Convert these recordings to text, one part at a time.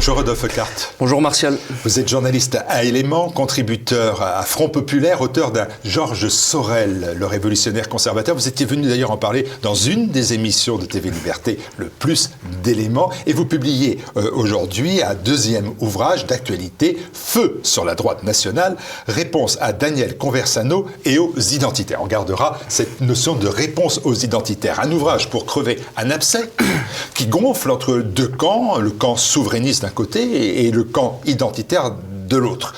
Bonjour Rodolphe Cart. Bonjour Martial. Vous êtes journaliste à Éléments, contributeur à Front Populaire, auteur d'un Georges Sorel, le révolutionnaire conservateur. Vous étiez venu d'ailleurs en parler dans une des émissions de TV Liberté, le plus d'Éléments. Et vous publiez aujourd'hui un deuxième ouvrage d'actualité, Feu sur la droite nationale, réponse à Daniel Conversano et aux identitaires. On gardera cette notion de réponse aux identitaires. Un ouvrage pour crever un abcès qui gonfle entre deux camps, le camp souverainiste d'un côté et le camp identitaire de l'autre.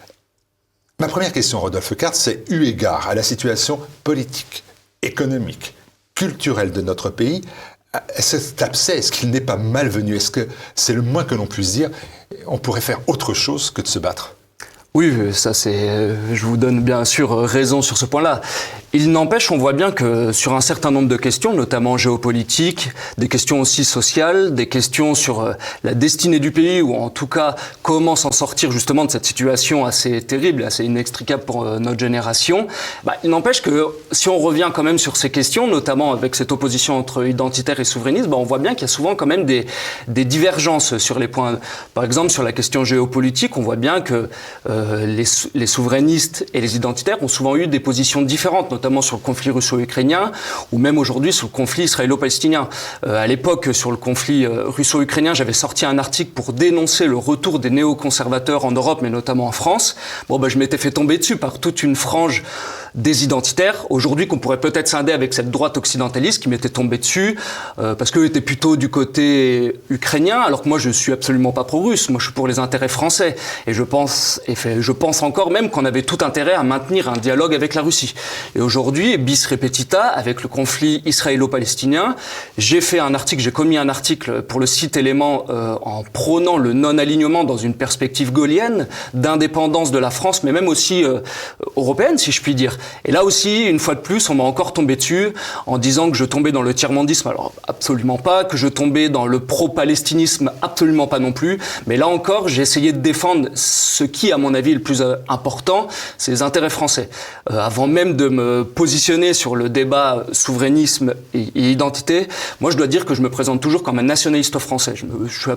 Ma première question, Rodolphe Cart, c'est eu égard à la situation politique, économique, culturelle de notre pays, cet abcès, est-ce qu'il n'est pas malvenu? Est-ce que c'est le moins que l'on puisse dire? On pourrait faire autre chose que de se battre. Oui, ça c'est. Je vous donne bien sûr raison sur ce point-là. Il n'empêche, on voit bien que sur un certain nombre de questions, notamment géopolitiques, des questions aussi sociales, des questions sur la destinée du pays, ou en tout cas comment s'en sortir justement de cette situation assez terrible, assez inextricable pour notre génération, il n'empêche que si on revient quand même sur ces questions, notamment avec cette opposition entre identitaire et souverainiste, on voit bien qu'il y a souvent quand même des divergences sur les points. Par exemple, sur la question géopolitique, on voit bien que les souverainistes et les identitaires ont souvent eu des positions différentes, notamment sur le conflit russo-ukrainien ou même aujourd'hui sur le conflit israélo-palestinien. À l'époque, sur le conflit russo-ukrainien, j'avais sorti un article pour dénoncer le retour des néoconservateurs en Europe, mais notamment en France. Je m'étais fait tomber dessus par toute une frange des identitaires, aujourd'hui qu'on pourrait peut-être scinder avec cette droite occidentaliste qui m'était tombée dessus, parce qu'eux étaient plutôt du côté ukrainien, alors que moi je suis absolument pas pro-russe, moi je suis pour les intérêts français, et je pense encore même qu'on avait tout intérêt à maintenir un dialogue avec la Russie. Et aujourd'hui, bis repetita, avec le conflit israélo-palestinien, j'ai commis un article pour le site Éléments en prônant le non-alignement dans une perspective gaullienne d'indépendance de la France, mais même aussi européenne, si je puis dire. Et là aussi, une fois de plus, on m'a encore tombé dessus en disant que je tombais dans le tiers-mondisme. Alors, absolument pas. Que je tombais dans le pro-palestinisme, absolument pas non plus. Mais là encore, j'ai essayé de défendre ce qui, à mon avis, est le plus important, c'est les intérêts français. Avant même de me positionner sur le débat souverainisme et identité, moi, je dois dire que je me présente toujours comme un nationaliste français. Je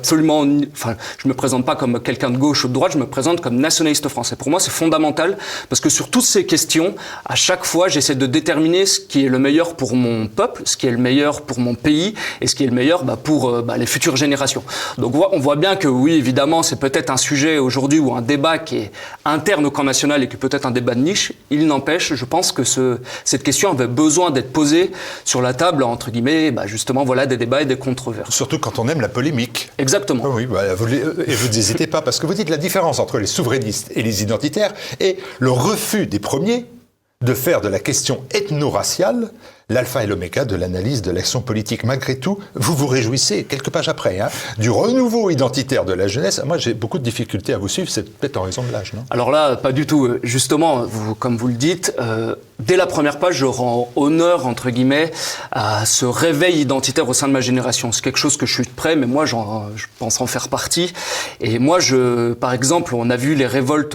me présente pas comme quelqu'un de gauche ou de droite, je me présente comme nationaliste français. Pour moi, c'est fondamental parce que sur toutes ces questions, à chaque fois, j'essaie de déterminer ce qui est le meilleur pour mon peuple, ce qui est le meilleur pour mon pays et ce qui est le meilleur pour les futures générations. Donc on voit bien que oui, évidemment, c'est peut-être un sujet aujourd'hui ou un débat qui est interne au camp national et qui est peut-être un débat de niche. Il n'empêche, je pense que cette question avait besoin d'être posée sur la table, entre guillemets, justement, voilà, des débats et des controverses. Surtout quand on aime la polémique. Exactement. Oui, vous n'hésitez pas, parce que vous dites la différence entre les souverainistes et les identitaires et le refus des premiers de faire de la question ethno-raciale l'alpha et l'oméga de l'analyse de l'action politique. Malgré tout, vous vous réjouissez, quelques pages après, du renouveau identitaire de la jeunesse. Moi, j'ai beaucoup de difficultés à vous suivre, c'est peut-être en raison de l'âge, non? Alors là, pas du tout. Justement, comme vous le dites, dès la première page, je rends honneur, entre guillemets, à ce réveil identitaire au sein de ma génération. C'est quelque chose que je suis prêt, mais moi, je pense en faire partie. Et moi, par exemple, on a vu les révoltes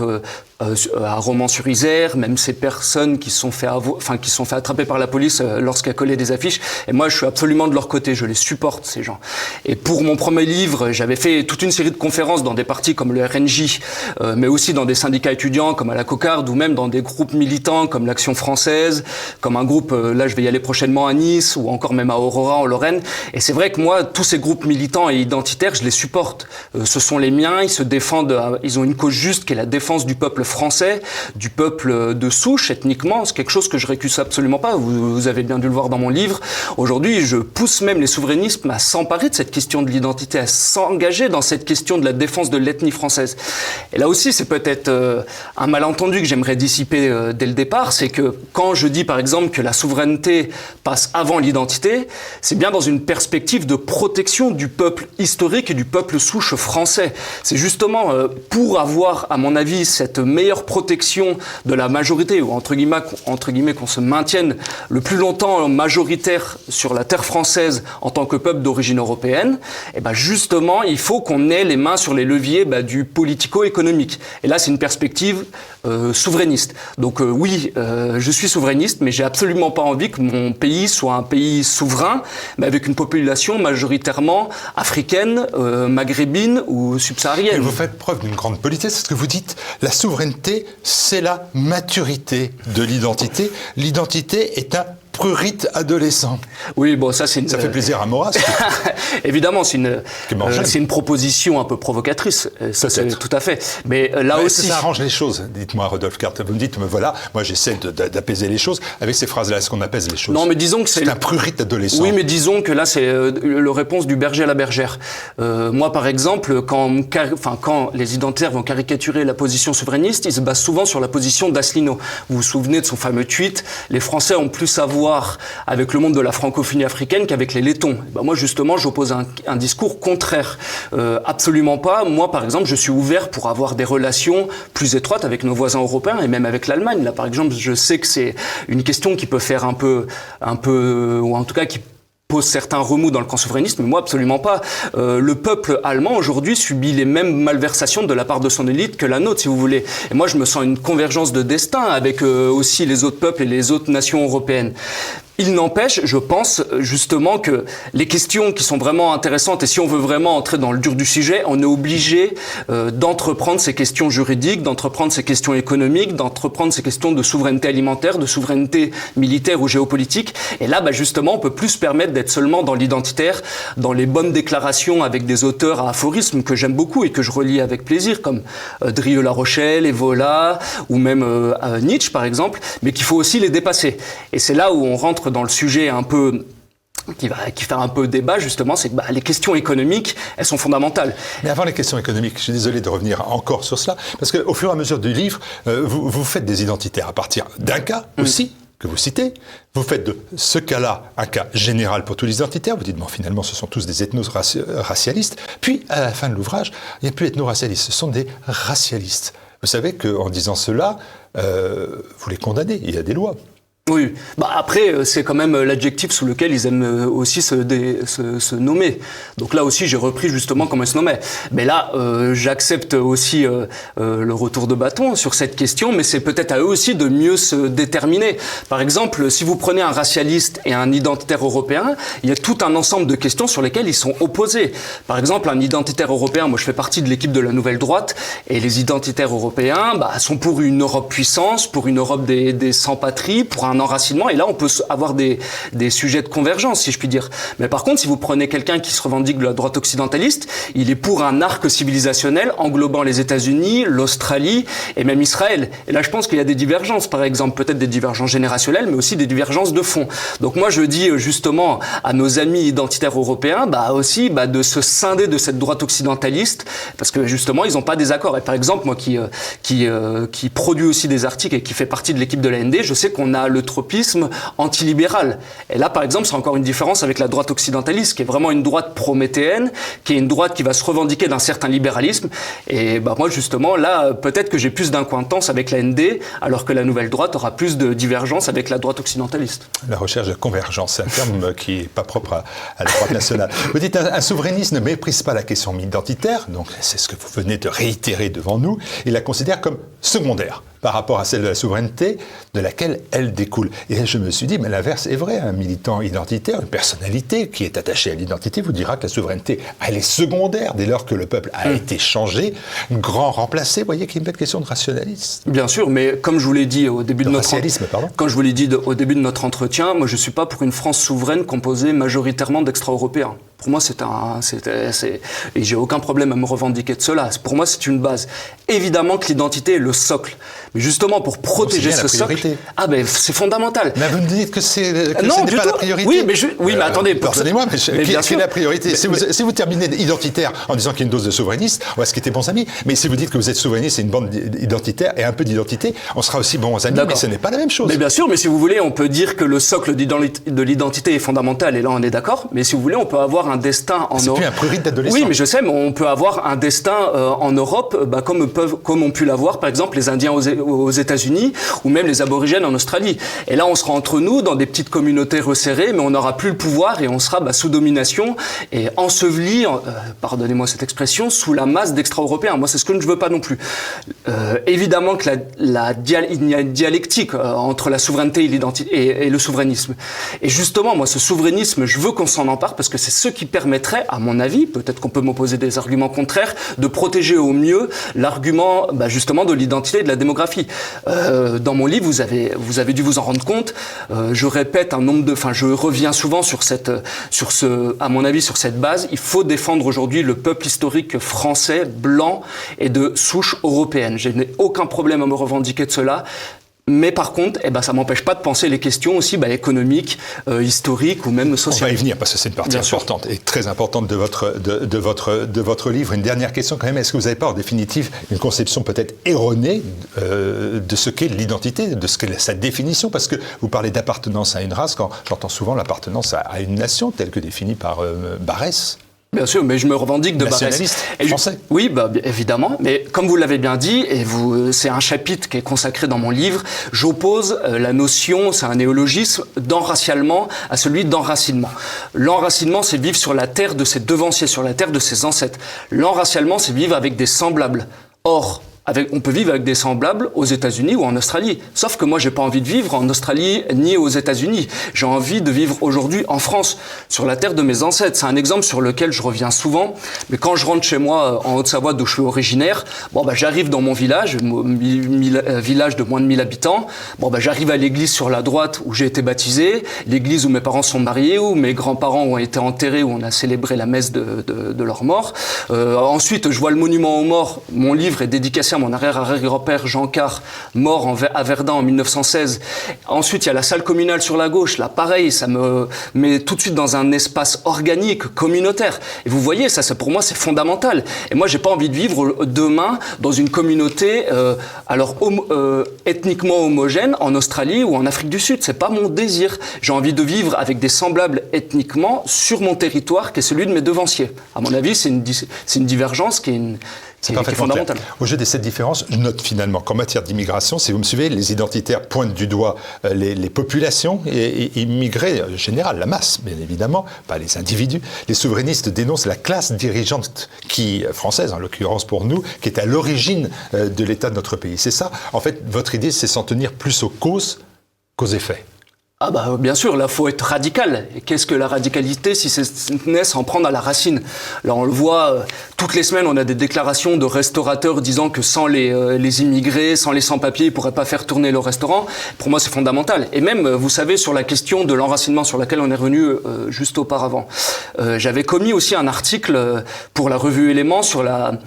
à Romans-sur-Isère, même ces personnes qui se sont fait attraper par la police lorsqu'elles collaient des affiches. Et moi, je suis absolument de leur côté. Je les supporte, ces gens. Et pour mon premier livre, j'avais fait toute une série de conférences dans des partis comme le RNJ, mais aussi dans des syndicats étudiants comme à la Cocarde, ou même dans des groupes militants comme l'Action française, comme un groupe, là je vais y aller prochainement à Nice, ou encore même à Aurora en Lorraine. Et c'est vrai que moi, tous ces groupes militants et identitaires, je les supporte. Ce sont les miens, ils se défendent, ils ont une cause juste qui est la défense du peuple français, du peuple de souche ethniquement. C'est quelque chose que je récuse absolument pas. Vous avez bien dû le voir dans mon livre. Aujourd'hui, je pousse même les souverainistes à s'emparer de cette question de l'identité, à s'engager dans cette question de la défense de l'ethnie française. Et là aussi, c'est peut-être un malentendu que j'aimerais dissiper dès le départ, c'est que quand je dis par exemple que la souveraineté passe avant l'identité, c'est bien dans une perspective de protection du peuple historique et du peuple souche français. C'est justement pour avoir, à mon avis, cette meilleure protection de la majorité, ou entre guillemets qu'on se maintienne le plus longtemps longtemps majoritaire sur la terre française en tant que peuple d'origine européenne, et ben justement, il faut qu'on ait les mains sur les leviers du politico-économique. Et là, c'est une perspective souverainiste. Donc oui, je suis souverainiste, mais j'ai absolument pas envie que mon pays soit un pays souverain, mais avec une population majoritairement africaine, maghrébine ou subsaharienne. Et vous faites preuve d'une grande politesse, parce que vous dites la souveraineté, c'est la maturité de l'identité. L'identité est un prurit adolescent. Oui, bon, ça c'est Ça fait plaisir à Maurras. Évidemment, c'est une proposition un peu provocatrice. Ça, c'est tout à fait. Mais là aussi, ça arrange les choses. Dites-moi, Rodolphe Carte. Vous me dites, mais voilà, moi j'essaie d'apaiser les choses avec ces phrases-là. Est-ce qu'on apaise les choses? Non, mais disons que c'est un prurit adolescent. Oui, mais disons que là, c'est le réponse du berger à la bergère. Moi, par exemple, quand les identitaires vont caricaturer la position souverainiste, ils se basent souvent sur la position d'Asselineau. Vous vous souvenez de son fameux tweet: les Français ont plus à voir avec le monde de la francophonie africaine qu'avec les Lettons. Moi, justement, j'oppose un discours contraire. Absolument pas. Moi, par exemple, je suis ouvert pour avoir des relations plus étroites avec nos voisins européens et même avec l'Allemagne. Là, par exemple, je sais que c'est une question qui peut faire un peu, ou en tout cas qui pose certains remous dans le camp souverainiste, mais moi absolument pas. Le peuple allemand aujourd'hui subit les mêmes malversations de la part de son élite que la nôtre, si vous voulez. Et moi je me sens une convergence de destin avec aussi les autres peuples et les autres nations européennes. Il n'empêche, je pense justement que les questions qui sont vraiment intéressantes, et si on veut vraiment entrer dans le dur du sujet, on est obligé d'entreprendre ces questions juridiques, d'entreprendre ces questions économiques, d'entreprendre ces questions de souveraineté alimentaire, de souveraineté militaire ou géopolitique. Et là, justement, on peut plus se permettre d'être seulement dans l'identitaire, dans les bonnes déclarations avec des auteurs à aphorismes que j'aime beaucoup et que je relis avec plaisir, comme Drieux-La Rochelle, Evola, ou même Nietzsche, par exemple, mais qu'il faut aussi les dépasser. Et c'est là où on rentre dans le sujet un peu qui fait un peu débat, justement, c'est que les questions économiques, elles sont fondamentales. Mais avant les questions économiques, je suis désolé de revenir encore sur cela, parce qu'au fur et à mesure du livre, vous faites des identitaires à partir d'un cas aussi, que vous citez. Vous faites de ce cas-là un cas général pour tous les identitaires. Vous dites, finalement, ce sont tous des ethno-racialistes. Puis, à la fin de l'ouvrage, il n'y a plus ethno-racialistes, ce sont des racialistes. Vous savez qu'en disant cela, vous les condamnez, il y a des lois. Oui, après, c'est quand même l'adjectif sous lequel ils aiment aussi se nommer. Donc là aussi, j'ai repris justement comment ils se nommaient. Mais là, j'accepte aussi le retour de bâton sur cette question, mais c'est peut-être à eux aussi de mieux se déterminer. Par exemple, si vous prenez un racialiste et un identitaire européen, il y a tout un ensemble de questions sur lesquelles ils sont opposés. Par exemple, un identitaire européen, moi je fais partie de l'équipe de la Nouvelle Droite, et les identitaires européens sont pour une Europe puissance, pour une Europe des sans-patrie, pour un enracinement, et là on peut avoir des sujets de convergence, si je puis dire. Mais par contre, si vous prenez quelqu'un qui se revendique de la droite occidentaliste, il est pour un arc civilisationnel englobant les États-Unis, l'Australie et même Israël. Et là je pense qu'il y a des divergences, par exemple, peut-être des divergences générationnelles, mais aussi des divergences de fond. Donc moi je dis justement à nos amis identitaires européens, aussi de se scinder de cette droite occidentaliste, parce que justement ils n'ont pas des accords. Et par exemple, moi qui produit aussi des articles et qui fait partie de l'équipe de l'AND, je sais qu'on a le tropisme antilibéral. Et là, par exemple, c'est encore une différence avec la droite occidentaliste, qui est vraiment une droite prométhéenne, qui est une droite qui va se revendiquer d'un certain libéralisme. Et moi, justement, là, peut-être que j'ai plus d'incointance avec la ND, alors que la nouvelle droite aura plus de divergence avec la droite occidentaliste. La recherche de convergence, c'est un terme qui n'est pas propre à la droite nationale. Vous dites un souverainiste ne méprise pas la question identitaire, donc c'est ce que vous venez de réitérer devant nous, il la considère comme secondaire par rapport à celle de la souveraineté de laquelle elle découle. Et je me suis dit, mais l'inverse est vrai. Un militant identitaire, une personnalité qui est attachée à l'identité vous dira que la souveraineté, elle est secondaire dès lors que le peuple a été changé, grand remplacé. Vous voyez qu'il y a une belle question de rationalisme. Bien sûr, mais comme je vous l'ai dit au début de notre Comme je vous l'ai dit au début de notre entretien, moi je suis pas pour une France souveraine composée majoritairement d'extra-européens. Pour moi, et j'ai aucun problème à me revendiquer de cela. Pour moi, c'est une base. Évidemment que l'identité est le socle. Mais justement, pour protéger ce socle, c'est fondamental. Mais vous me dites que ce n'est pas la priorité. Oui, mais attendez. Pardonnez-moi, mais quelle est la priorité? Si vous terminez identitaire en disant qu'il y a une dose de souverainiste, on va se quitter bons amis. Mais si vous dites que vous êtes souverainiste, c'est une bande identitaire et un peu d'identité, on sera aussi bons amis, mais ce n'est pas la même chose. Mais bien sûr, mais si vous voulez, on peut dire que le socle de l'identité est fondamental, et là on est d'accord. Mais si vous voulez, on peut avoir un destin en Europe. C'est plus un prurit d'adolescent. Oui, mais je sais, mais on peut avoir un destin en Europe, comme ont pu l'avoir, par exemple, les Indiens aux États-Unis, ou même les aborigènes en Australie. Et là, on sera entre nous, dans des petites communautés resserrées, mais on n'aura plus le pouvoir et on sera sous domination et enseveli, pardonnez-moi cette expression, sous la masse d'extra-européens. Moi, c'est ce que je veux pas non plus. Évidemment que il y a une dialectique entre la souveraineté et l'identité et le souverainisme. Et justement, moi, ce souverainisme, je veux qu'on s'en empare parce que c'est ce qui permettrait, à mon avis, peut-être qu'on peut m'opposer des arguments contraires, de protéger au mieux l'argument, justement, de l'identité et de la démographie. Dans mon livre, vous avez dû vous en rendre compte. Je répète je reviens souvent à mon avis, sur cette base. Il faut défendre aujourd'hui le peuple historique français, blanc et de souche européenne. Je n'ai aucun problème à me revendiquer de cela. Mais par contre, ça m'empêche pas de penser les questions aussi économiques, historiques ou même sociales. On va y venir parce que c'est une partie importante et très importante de votre livre. Une dernière question quand même. Est-ce que vous n'avez pas en définitive une conception peut-être erronée de ce qu'est l'identité, de ce qu'est sa définition? Parce que vous parlez d'appartenance à une race quand j'entends souvent l'appartenance à une nation telle que définie par Barrès. Bien sûr, mais je me revendique de Barrès. Nationaliste français. Oui, évidemment. Mais comme vous l'avez bien dit, c'est un chapitre qui est consacré dans mon livre, j'oppose la notion, c'est un néologisme, d'enracialement à celui d'enracinement. L'enracinement, c'est vivre sur la terre de ses devanciers, sur la terre de ses ancêtres. L'enracialement, c'est vivre avec des semblables. Or, on peut vivre avec des semblables aux États-Unis ou en Australie. Sauf que moi, j'ai pas envie de vivre en Australie ni aux États-Unis. J'ai envie de vivre aujourd'hui en France, sur la terre de mes ancêtres. C'est un exemple sur lequel je reviens souvent. Mais quand je rentre chez moi en Haute-Savoie, d'où je suis originaire, j'arrive dans mon village, village de moins de 1000 habitants. J'arrive à l'église sur la droite où j'ai été baptisé, l'église où mes parents sont mariés, où mes grands-parents ont été enterrés, où on a célébré la messe de leur mort. Ensuite, je vois le monument aux morts. Mon livre est dédicacé à mon arrière-grand-père Jean Carr, mort à Verdun en 1916. Ensuite, il y a la salle communale sur la gauche. Là, pareil, ça me met tout de suite dans un espace organique, communautaire. Et vous voyez, ça pour moi, c'est fondamental. Et moi, j'ai pas envie de vivre demain dans une communauté ethniquement homogène en Australie ou en Afrique du Sud. C'est pas mon désir. J'ai envie de vivre avec des semblables ethniquement sur mon territoire, qui est celui de mes devanciers. À mon avis, c'est une divergence qui est fondamentale. Au jeu de cette différence, je note finalement qu'en matière d'immigration, si vous me suivez, les identitaires pointent du doigt les populations et immigrées générales, la masse, bien évidemment, pas les individus. Les souverainistes dénoncent la classe dirigeante française, en l'occurrence pour nous, qui est à l'origine de l'état de notre pays. C'est ça, en fait, votre idée, c'est s'en tenir plus aux causes qu'aux effets. Bien sûr, là, faut être radical. Et qu'est-ce que la radicalité si ce n'est s'en prendre à la racine? Là, on le voit, toutes les semaines, on a des déclarations de restaurateurs disant que sans les immigrés, sans les sans-papiers, ils pourraient pas faire tourner le restaurant. Pour moi, c'est fondamental. Et même, vous savez, sur la question de l'enracinement sur laquelle on est revenu juste auparavant, j'avais commis aussi un article pour la revue Éléments sur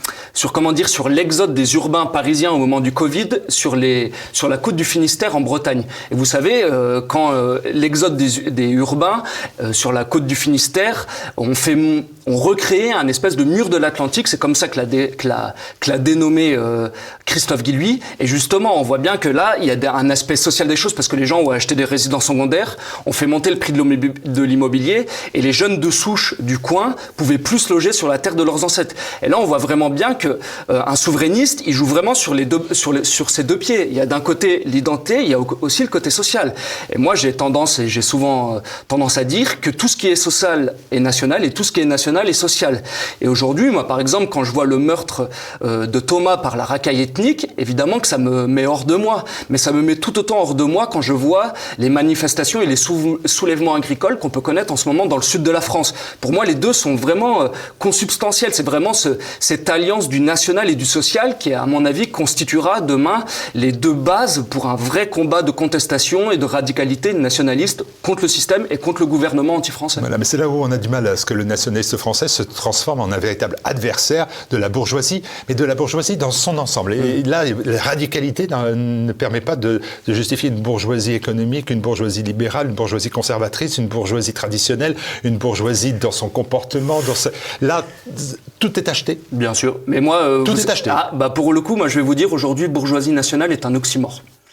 l'exode des urbains parisiens au moment du Covid sur la côte du Finistère en Bretagne. Et vous savez, quand l'exode des urbains sur la côte du Finistère, on recréait un espèce de mur de l'Atlantique. C'est comme ça que l'a dénommé Christophe Guilluy. Et justement, on voit bien que là, il y a un aspect social des choses parce que les gens ont acheté des résidences secondaires, on fait monter le prix de l'immobilier et les jeunes de souche du coin pouvaient plus se loger sur la terre de leurs ancêtres. Et là, on voit vraiment bien que un souverainiste, il joue vraiment sur ces deux pieds. Il y a d'un côté l'identité, il y a aussi le côté social. Et moi, j'ai souvent tendance à dire que tout ce qui est social est national et tout ce qui est national est social. Et aujourd'hui, moi, par exemple, quand je vois le meurtre de Thomas par la racaille ethnique, évidemment que ça me met hors de moi. Mais ça me met tout autant hors de moi quand je vois les manifestations et les soulèvements agricoles qu'on peut connaître en ce moment dans le sud de la France. Pour moi, les deux sont vraiment consubstantiels. C'est vraiment cette alliance du national et du social qui, à mon avis, constituera demain les deux bases pour un vrai combat de contestation et de radicalité nationaliste contre le système et contre le gouvernement anti-français. Voilà, mais c'est là où on a du mal à ce que le nationaliste français se transforme en un véritable adversaire de la bourgeoisie, mais de la bourgeoisie dans son ensemble. Et là, la radicalité ne permet pas de justifier une bourgeoisie économique, une bourgeoisie libérale, une bourgeoisie conservatrice, une bourgeoisie traditionnelle, une bourgeoisie dans son comportement. Là, tout est acheté. Bien sûr. Mais moi, tout est acheté. Pour le coup, moi, je vais vous dire, aujourd'hui, bourgeoisie nationale est un oxymore.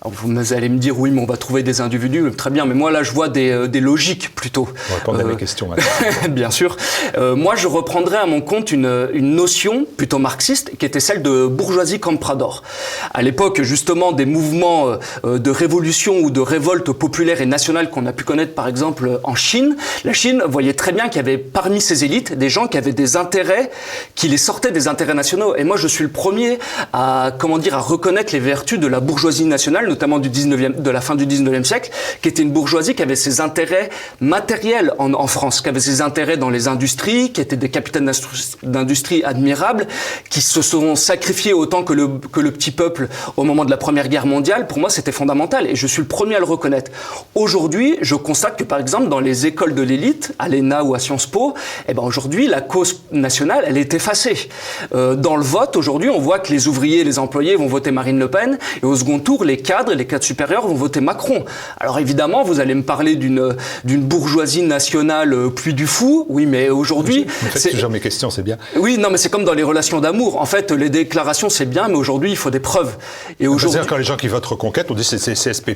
Alors vous allez me dire, oui, mais on va trouver des individus, très bien, mais moi là je vois des logiques plutôt. On va répondre à mes questions maintenant. Bien sûr. Moi je reprendrais à mon compte une notion plutôt marxiste qui était celle de bourgeoisie comprador. À l'époque justement des mouvements de révolution ou de révolte populaire et nationale qu'on a pu connaître par exemple en Chine, la Chine voyait très bien qu'il y avait parmi ses élites des gens qui avaient des intérêts qui les sortaient des intérêts nationaux. Et moi je suis le premier à reconnaître les vertus de la bourgeoisie nationale, notamment de la fin du 19e siècle, qui était une bourgeoisie qui avait ses intérêts matériels en France, qui avait ses intérêts dans les industries, qui étaient des capitaines d'industrie admirables, qui se sont sacrifiés autant que le petit peuple au moment de la Première Guerre mondiale. Pour moi, c'était fondamental et je suis le premier à le reconnaître. Aujourd'hui, je constate que par exemple, dans les écoles de l'élite, à l'ENA ou à Sciences Po, aujourd'hui, la cause nationale, elle est effacée. Dans le vote, aujourd'hui, on voit que les ouvriers et les employés vont voter Marine Le Pen et au second tour, les cadres supérieurs vont voter Macron. Alors évidemment, vous allez me parler d'une bourgeoisie nationale plus du fou. Oui, mais aujourd'hui... C'est toujours mes questions, c'est bien. Oui, non, mais c'est comme dans les relations d'amour. En fait, les déclarations, c'est bien, mais aujourd'hui, il faut des preuves. Et aujourd'hui... C'est-à-dire quand les gens qui votent Reconquête, on dit c'est CSP++,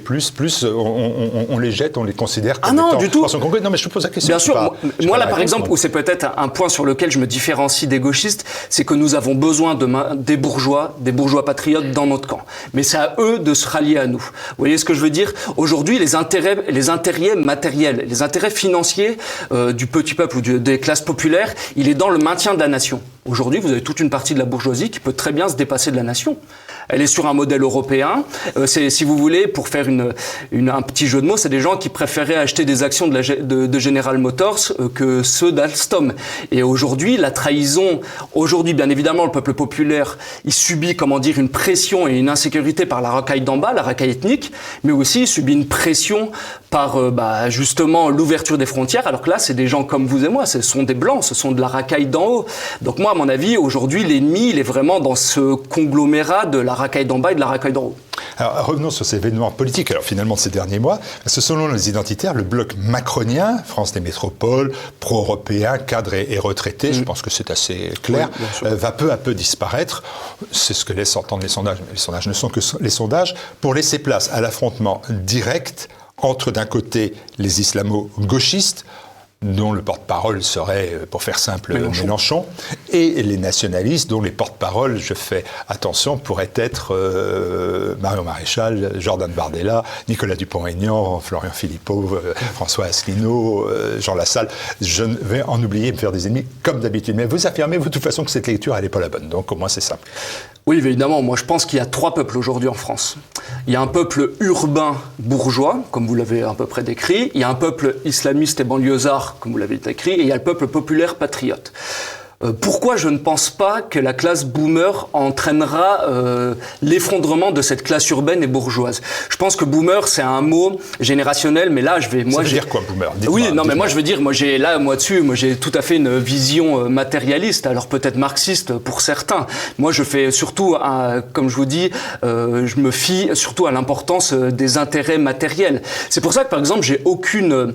on les jette, on les considère comme non, du tout. Non, mais je te pose la question. Bien sûr. Moi, là, par exemple, où c'est peut-être un point sur lequel je me différencie des gauchistes, c'est que nous avons besoin des bourgeois patriotes dans notre camp. Mais c'est à eux de se rallier à nous. Vous voyez ce que je veux dire? Aujourd'hui, les intérêts matériels, les intérêts financiers du petit peuple ou des classes populaires, il est dans le maintien de la nation. Aujourd'hui, vous avez toute une partie de la bourgeoisie qui peut très bien se dépasser de la nation. Elle est sur un modèle européen. C'est, si vous voulez, pour faire un petit jeu de mots, c'est des gens qui préféraient acheter des actions de General Motors que ceux d'Alstom. Et aujourd'hui, la trahison, bien évidemment, le peuple populaire, il subit, une pression et une insécurité par la racaille d'en bas, la racaille ethnique, mais aussi il subit une pression par, justement, l'ouverture des frontières, alors que là, c'est des gens comme vous et moi, ce sont des blancs, ce sont de la racaille d'en haut. Donc moi, à mon avis, aujourd'hui, l'ennemi, il est vraiment dans ce conglomérat de la racaille d'en bas et de la racaille d'en haut. Alors, revenons sur ces événements politiques, alors finalement de ces derniers mois, parce que selon les identitaires, le bloc macronien, France des métropoles, pro-européen, cadres et retraités, je pense que c'est assez clair, va peu à peu disparaître. C'est ce que laissent entendre les sondages, mais les sondages ne sont que les sondages, pour laisser place à l'affrontement direct entre d'un côté les islamo-gauchistes, dont le porte-parole serait, pour faire simple, Mélenchon, et les nationalistes, dont les porte-paroles, je fais attention, pourraient être Marion Maréchal, Jordan Bardella, Nicolas Dupont-Aignan, Florian Philippot, François Asselineau, Jean Lassalle. Je vais en oublier et me faire des ennemis, comme d'habitude. Mais vous affirmez, vous, de toute façon, que cette lecture, elle n'est pas la bonne. Donc, au moins, c'est simple. Oui, évidemment. Moi, je pense qu'il y a 3 peuples aujourd'hui en France. Il y a un peuple urbain bourgeois, comme vous l'avez à peu près décrit. Il y a un peuple islamiste et banlieusard, comme vous l'avez décrit. Et il y a le peuple populaire patriote. Pourquoi je ne pense pas que la classe boomer entraînera l'effondrement de cette classe urbaine et bourgeoise? Je pense que boomer, c'est un mot générationnel, mais là, ça veut dire quoi, boomer? Oui, non, mais moi, je veux dire, j'ai tout à fait une vision matérialiste, alors peut-être marxiste pour certains. Moi, je fais surtout, comme je vous dis, je me fie surtout à l'importance des intérêts matériels. C'est pour ça que, par exemple, j'ai aucune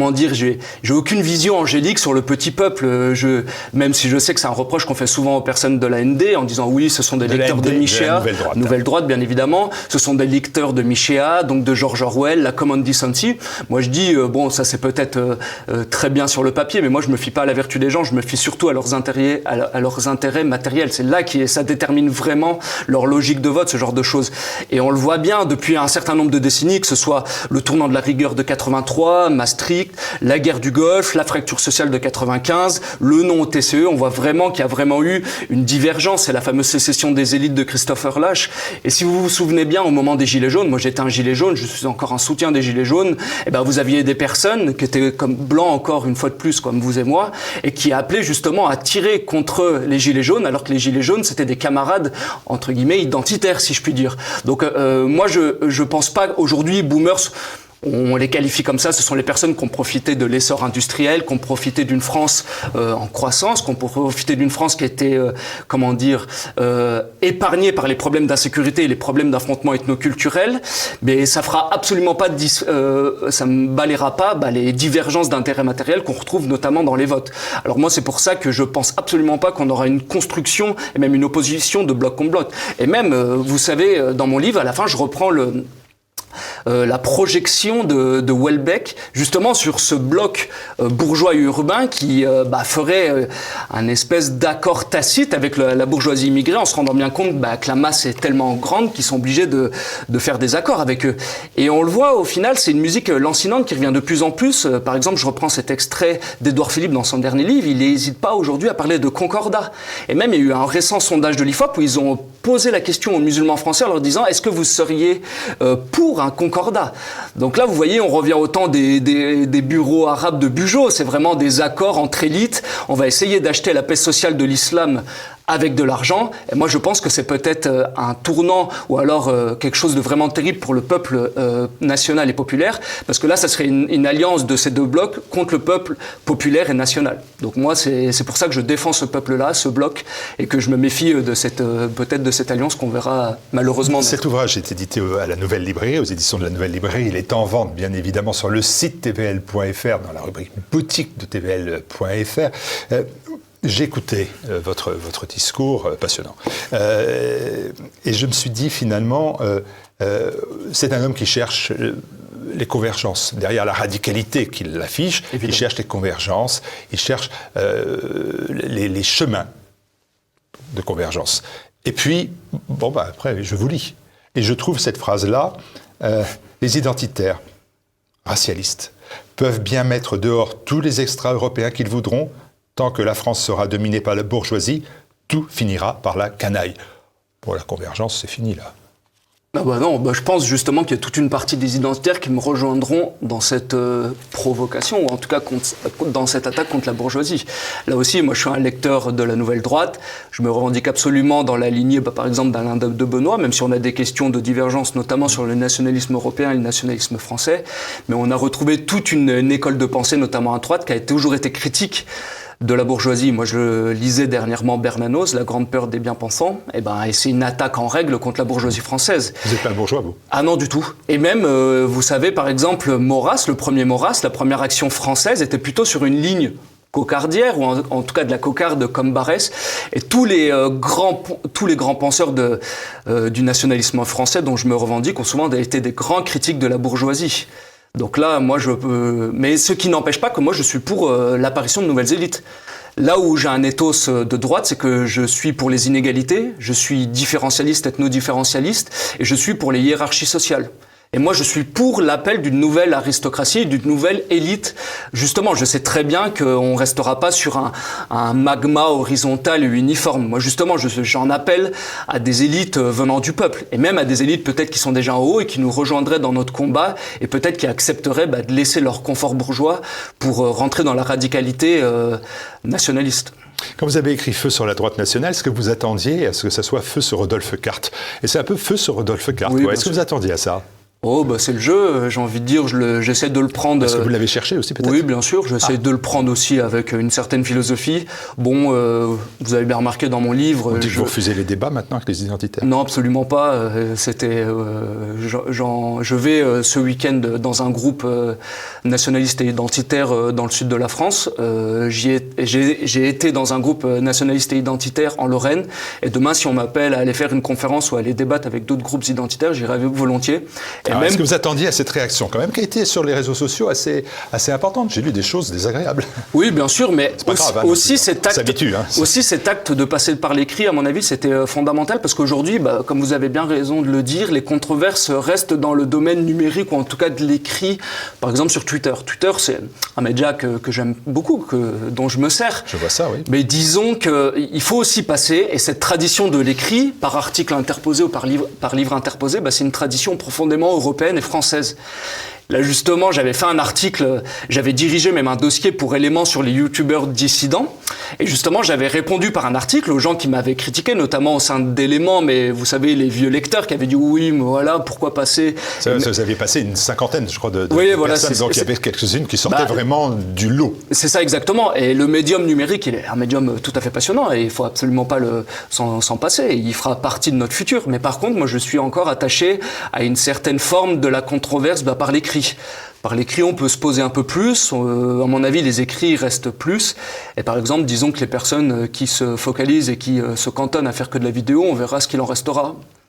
vision angélique sur le petit peuple. Même si je sais que c'est un reproche qu'on fait souvent aux personnes de l'AND en disant oui, ce sont des lecteurs de Michéa, Nouvelle Droite bien évidemment, ce sont des lecteurs de Michéa, donc de George Orwell, la Common Decency. Moi je dis, ça c'est peut-être très bien sur le papier, mais moi je me fie pas à la vertu des gens, je me fie surtout à leurs intérêts matériels. C'est là que ça détermine vraiment leur logique de vote, ce genre de choses. Et on le voit bien depuis un certain nombre de décennies, que ce soit le tournant de la rigueur de 83, Maastricht, la guerre du Golfe, la fracture sociale de 95, le non au TCE, on voit vraiment qu'il y a vraiment eu une divergence. C'est la fameuse sécession des élites de Christopher Lasch. Et si vous vous souvenez bien, au moment des Gilets jaunes, moi j'étais un gilet jaune, je suis encore un soutien des Gilets jaunes, vous aviez des personnes qui étaient comme blancs encore une fois de plus, comme vous et moi, et qui appelaient justement à tirer contre les Gilets jaunes, alors que les Gilets jaunes, c'était des camarades, entre guillemets, identitaires, si je puis dire. Donc moi, je pense pas aujourd'hui, boomers, on les qualifie comme ça, ce sont les personnes qui ont profité de l'essor industriel, qui ont profité d'une France en croissance, qui ont profité d'une France qui était, épargnée par les problèmes d'insécurité et les problèmes d'affrontement ethnoculturel, mais ça fera absolument pas ça ne balayera pas les divergences d'intérêts matériels qu'on retrouve notamment dans les votes. Alors moi, c'est pour ça que je pense absolument pas qu'on aura une construction et même une opposition de bloc contre bloc. Et même, vous savez, dans mon livre, à la fin, je reprends la projection de Houellebecq justement sur ce bloc bourgeois et urbain qui ferait un espèce d'accord tacite avec la bourgeoisie immigrée, en se rendant bien compte que la masse est tellement grande qu'ils sont obligés de faire des accords avec eux. Et on le voit, au final, c'est une musique lancinante qui revient de plus en plus. Par exemple, je reprends cet extrait d'Édouard Philippe dans son dernier livre, il n'hésite pas aujourd'hui à parler de concordat. Et même, il y a eu un récent sondage de l'IFOP où ils ont posé la question aux musulmans français en leur disant « Est-ce que vous seriez pour un concordat ?» Donc là, vous voyez, on revient au temps des bureaux arabes de Bugeaud. C'est vraiment des accords entre élites. On va essayer d'acheter la paix sociale de l'islam avec de l'argent. Et moi, je pense que c'est peut-être un tournant ou alors quelque chose de vraiment terrible pour le peuple national et populaire, parce que là, ça serait une alliance de ces deux blocs contre le peuple populaire et national. Donc moi, c'est pour ça que je défends ce peuple-là, ce bloc, et que je me méfie de peut-être de cette alliance qu'on verra malheureusement. Cet ouvrage est édité à la Nouvelle Librairie, aux éditions de la Nouvelle Librairie. Il est en vente, bien évidemment, sur le site tvl.fr, dans la rubrique boutique de tvl.fr. J'ai écouté votre discours passionnant et je me suis dit finalement c'est un homme qui cherche les convergences. Derrière la radicalité qu'il affiche, il cherche les convergences, il cherche les chemins de convergence. Et puis, après, je vous lis. Et je trouve cette phrase-là, les identitaires, racialistes, peuvent bien mettre dehors tous les extra-européens qu'ils voudront. Tant que la France sera dominée par la bourgeoisie, tout finira par la canaille. Pour la convergence, c'est fini là. Je pense justement qu'il y a toute une partie des identitaires qui me rejoindront dans cette provocation, ou en tout cas dans cette attaque contre la bourgeoisie. Là aussi, moi je suis un lecteur de la Nouvelle Droite, je me revendique absolument dans la lignée, par exemple, d'Alain de Benoît, même si on a des questions de divergence, notamment sur le nationalisme européen et le nationalisme français, mais on a retrouvé toute une école de pensée, notamment à droite, qui a toujours été critique de la bourgeoisie. Moi, je lisais dernièrement Bernanos, La grande peur des bien-pensants. Et c'est une attaque en règle contre la bourgeoisie française. Vous n'êtes pas un bourgeois, vous? Ah non, du tout. Et même, vous savez, par exemple, Maurras, le premier Maurras, la première action française était plutôt sur une ligne cocardière, ou en tout cas de la cocarde comme Barrès. Et tous les grands penseurs du nationalisme français dont je me revendique ont souvent été des grands critiques de la bourgeoisie. Donc là, moi, mais ce qui n'empêche pas que moi, je suis pour l'apparition de nouvelles élites. Là où j'ai un ethos de droite, c'est que je suis pour les inégalités, je suis différentialiste, ethno-différentialiste, et je suis pour les hiérarchies sociales. Et moi, je suis pour l'appel d'une nouvelle aristocratie, d'une nouvelle élite. Justement, je sais très bien qu'on restera pas sur un magma horizontal et uniforme. Moi, justement, j'en appelle à des élites venant du peuple. Et même à des élites peut-être qui sont déjà en haut et qui nous rejoindraient dans notre combat et peut-être qui accepteraient de laisser leur confort bourgeois pour rentrer dans la radicalité nationaliste. Quand vous avez écrit Feu sur la droite nationale, est-ce que vous attendiez à ce que ça soit Feu sur Rodolphe Cartes? Et c'est un peu Feu sur Rodolphe Cartes. Oui, est-ce que vous attendiez à ça? C'est le jeu, j'ai envie de dire, j'essaie de le prendre... Est-ce que vous l'avez cherché aussi peut-être? Oui, bien sûr, j'essaie de le prendre aussi avec une certaine philosophie. Vous avez bien remarqué dans mon livre... On dit que vous refusez les débats maintenant avec les identitaires? Non, absolument pas. Je vais ce week-end dans un groupe nationaliste et identitaire dans le sud de la France. J'ai été dans un groupe nationaliste et identitaire en Lorraine. Et demain, si on m'appelle à aller faire une conférence ou à aller débattre avec d'autres groupes identitaires, j'irai volontiers. Alors, est-ce que vous attendiez à cette réaction, quand même, qui a été sur les réseaux sociaux assez importante? J'ai lu des choses désagréables. Oui, bien sûr, mais aussi cet acte de passer par l'écrit, à mon avis, c'était fondamental, parce qu'aujourd'hui, comme vous avez bien raison de le dire, les controverses restent dans le domaine numérique, ou en tout cas de l'écrit, par exemple sur Twitter. Twitter, c'est un média que j'aime beaucoup, dont je me sers. Je vois ça, oui. Mais disons qu'il faut aussi passer, et cette tradition de l'écrit, par article interposé ou par livre interposé, c'est une tradition profondément européenne et française. Là, justement, j'avais fait un article, j'avais dirigé même un dossier pour Éléments sur les youtubeurs dissidents. Et justement, j'avais répondu par un article aux gens qui m'avaient critiqué, notamment au sein d'Éléments, mais vous savez, les vieux lecteurs qui avaient dit oui, mais voilà, pourquoi passer... Vous aviez passé une cinquantaine, je crois, de personnes, donc il y avait quelques-unes qui sortaient vraiment du lot. C'est ça, exactement. Et le médium numérique, il est un médium tout à fait passionnant, et il faut absolument pas s'en passer. Il fera partie de notre futur. Mais par contre, moi, je suis encore attaché à une certaine forme de la controverse par l'écrit. Par l'écrit, on peut se poser un peu plus. À mon avis, les écrits restent plus. Et par exemple, disons que les personnes qui se focalisent et qui se cantonnent à faire que de la vidéo, on verra ce qu'il en restera.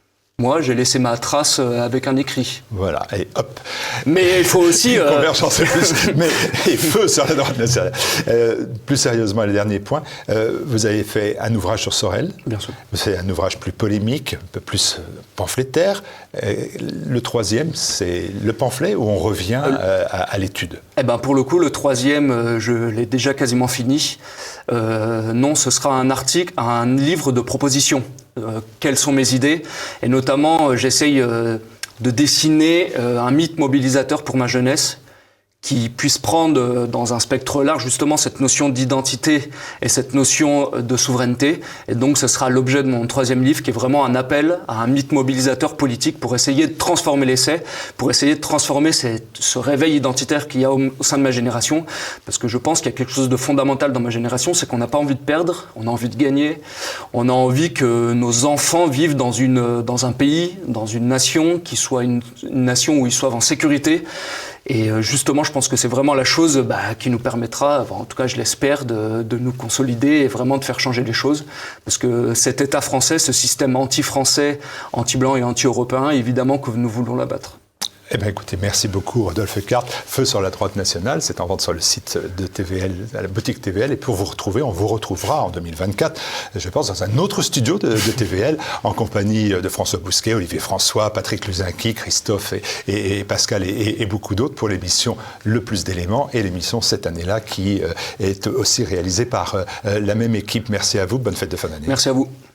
Moi, j'ai laissé ma trace avec un écrit. Voilà, et hop. Mais il faut aussi... Convergence et plus, mais et feu sur la droite nationale. Plus sérieusement, le dernier point, vous avez fait un ouvrage sur Sorel. Bien sûr. C'est un ouvrage plus polémique, un peu plus pamphlétaire. Le troisième, c'est le pamphlet où on revient à l'étude. Eh ben, pour le coup, le troisième, je l'ai déjà quasiment fini. Non, ce sera un article, un livre de propositions. Quelles sont mes idées? Et notamment, j'essaye de dessiner un mythe mobilisateur pour ma jeunesse qui puisse prendre dans un spectre large justement cette notion d'identité et cette notion de souveraineté. Et donc ce sera l'objet de mon troisième livre qui est vraiment un appel à un mythe mobilisateur politique pour essayer de transformer l'essai, pour essayer de transformer ce réveil identitaire qu'il y a au sein de ma génération. Parce que je pense qu'il y a quelque chose de fondamental dans ma génération, c'est qu'on n'a pas envie de perdre, on a envie de gagner, on a envie que nos enfants vivent dans un pays, dans une nation qui soit une nation où ils soient en sécurité. Et justement, je pense que c'est vraiment la chose qui nous permettra, en tout cas je l'espère, de nous consolider et vraiment de faire changer les choses. Parce que cet État français, ce système anti-français, anti-blanc et anti-européen, évidemment que nous voulons l'abattre. Eh bien, écoutez, merci beaucoup, Rodolphe Carte. Feu sur la droite nationale, c'est en vente sur le site de TVL, à la boutique TVL. Et pour vous retrouver, on vous retrouvera en 2024, je pense, dans un autre studio de TVL, en compagnie de François Bousquet, Olivier François, Patrick Luzinski, Christophe et Pascal et beaucoup d'autres pour l'émission Le Plus d'éléments et l'émission cette année-là qui est aussi réalisée par la même équipe. Merci à vous, bonne fête de fin d'année. Merci à vous.